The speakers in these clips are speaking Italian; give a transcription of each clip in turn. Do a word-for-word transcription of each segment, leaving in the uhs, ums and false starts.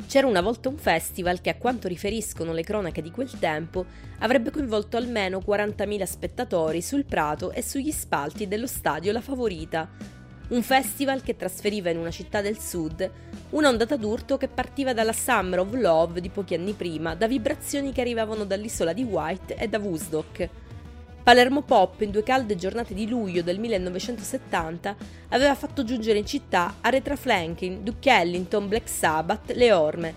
C'era una volta un festival che, a quanto riferiscono le cronache di quel tempo, avrebbe coinvolto almeno quarantamila spettatori sul prato e sugli spalti dello stadio La Favorita. Un festival che trasferiva in una città del sud una ondata d'urto che partiva dalla Summer of Love di pochi anni prima, da vibrazioni che arrivavano dall'isola di Wight e da Woodstock. Palermo Pop, in due calde giornate di luglio del millenovecentosettanta, aveva fatto giungere in città Aretha Franklin, Duke Ellington, Black Sabbath, Le Orme.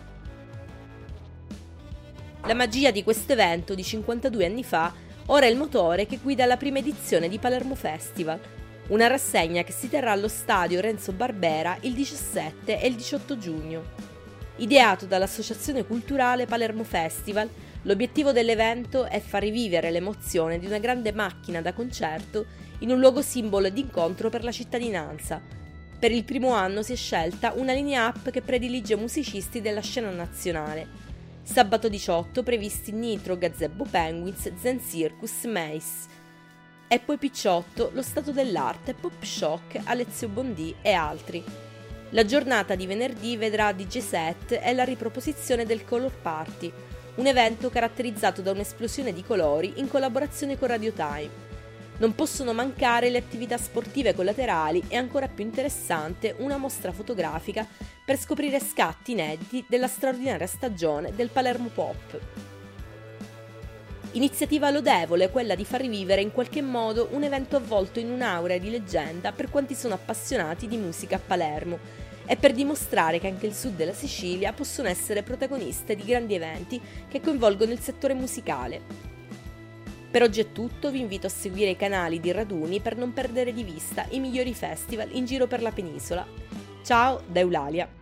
La magia di questo evento di cinquantadue anni fa ora è il motore che guida la prima edizione di Palermo Festival, una rassegna che si terrà allo stadio Renzo Barbera il diciassette e il diciotto giugno. Ideato dall'Associazione Culturale Palermo Festival, l'obiettivo dell'evento è far rivivere l'emozione di una grande macchina da concerto in un luogo simbolo di incontro per la cittadinanza. Per il primo anno si è scelta una linea up che predilige musicisti della scena nazionale. Sabato diciotto previsti Nitro, Gazebo Penguins, Zen Circus, Mace. E poi Picciotto, Lo Stato dell'Arte, Pop Shock, Alessio Bondì e altri. La giornata di venerdì vedrà D J set e la riproposizione del Color Party, un evento caratterizzato da un'esplosione di colori in collaborazione con Radio Time. Non possono mancare le attività sportive collaterali e, ancora più interessante, una mostra fotografica per scoprire scatti inediti della straordinaria stagione del Palermo Pop. Iniziativa lodevole quella di far rivivere in qualche modo un evento avvolto in un'aurea di leggenda per quanti sono appassionati di musica a Palermo e per dimostrare che anche il sud della Sicilia possono essere protagoniste di grandi eventi che coinvolgono il settore musicale. Per oggi è tutto, vi invito a seguire i canali di Raduni per non perdere di vista i migliori festival in giro per la penisola. Ciao da Eulalia!